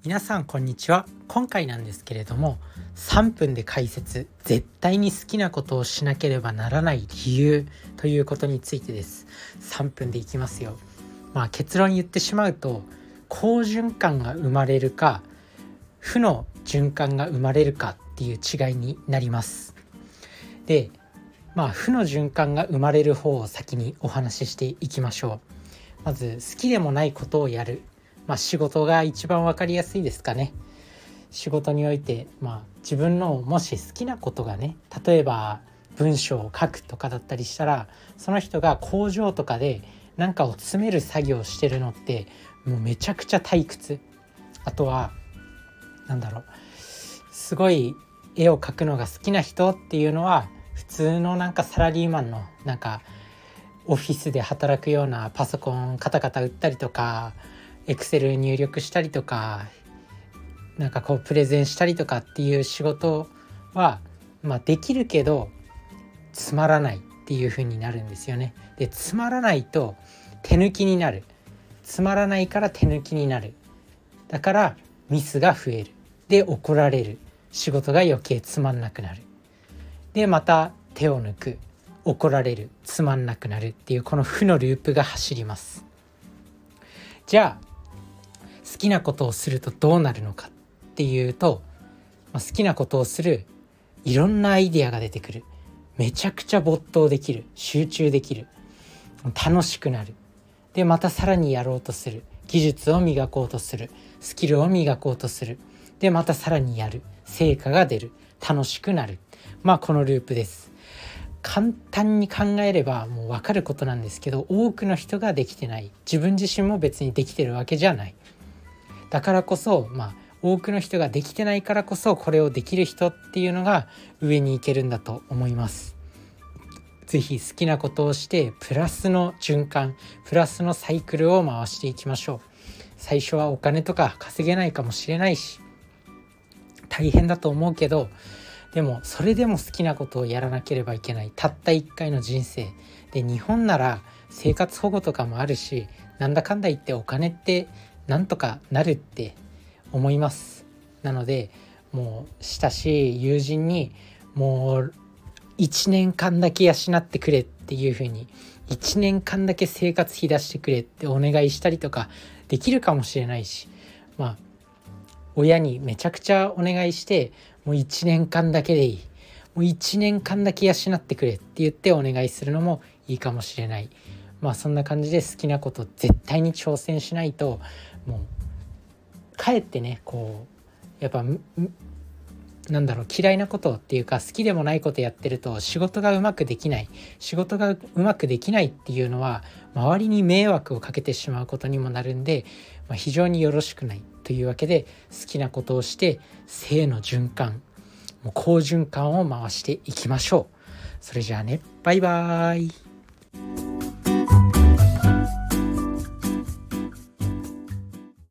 皆さんこんにちは。今回なんですけれども、3分で解説、絶対に好きなことをしなければならない理由ということについてです。3分でいきますよ。結論言ってしまうと、好循環が生まれるか負の循環が生まれるかっていう違いになります。で、負の循環が生まれる方を先にお話ししていきましょう。まず好きでもないことをやる。仕事が一番わかりやすいですかね。仕事において、自分のもし好きなことがね、例えば文章を書くとかだったりしたら、その人が工場とかで何かを詰める作業をしてるのってもうめちゃくちゃ退屈。あとはすごい絵を描くのが好きな人っていうのは、普通のサラリーマンのオフィスで働くようなパソコンカタカタ打ったりとか、エクセル入力したりとか、プレゼンしたりとかっていう仕事はできるけどつまらないっていう風になるんですよね。で、つまらないと手抜きになる。つまらないから手抜きになる。だからミスが増える。で、怒られる。仕事が余計つまんなくなる。で、また手を抜く。怒られる。つまんなくなるっていう、この負のループが走ります。じゃあ好きなことをするとどうなるのかっていうと、好きなことをする、いろんなアイデアが出てくる。めちゃくちゃ没頭できる。集中できる。楽しくなる。で、またさらにやろうとする。技術を磨こうとする。スキルを磨こうとする。で、またさらにやる。成果が出る。楽しくなる。このループです。簡単に考えればもう分かることなんですけど、多くの人ができてない。自分自身も別にできてるわけじゃない。だからこそ、多くの人ができてないからこそ、これをできる人っていうのが上に行けるんだと思います。ぜひ好きなことをしてプラスの循環、プラスのサイクルを回していきましょう。最初はお金とか稼げないかもしれないし、大変だと思うけど、でもそれでも好きなことをやらなければいけない。たった一回の人生で、日本なら生活保護とかもあるし、なんだかんだ言ってお金ってなんとかなるって思います。なので、もう親しい友人にもう1年間だけ養ってくれっていう風に、1年間だけ生活費出してくれってお願いしたりとかできるかもしれないし、親にめちゃくちゃお願いして、もう1年間だけでいい、もう1年間だけ養ってくれって言ってお願いするのもいいかもしれない。そんな感じで好きなこと絶対に挑戦しないと、もうかえってね、やっぱ嫌いなことっていうか、好きでもないことやってると仕事がうまくできないっていうのは、周りに迷惑をかけてしまうことにもなるんで、非常によろしくないというわけで、好きなことをして正の循環、もう好循環を回していきましょう。それじゃあね、バイバーイ。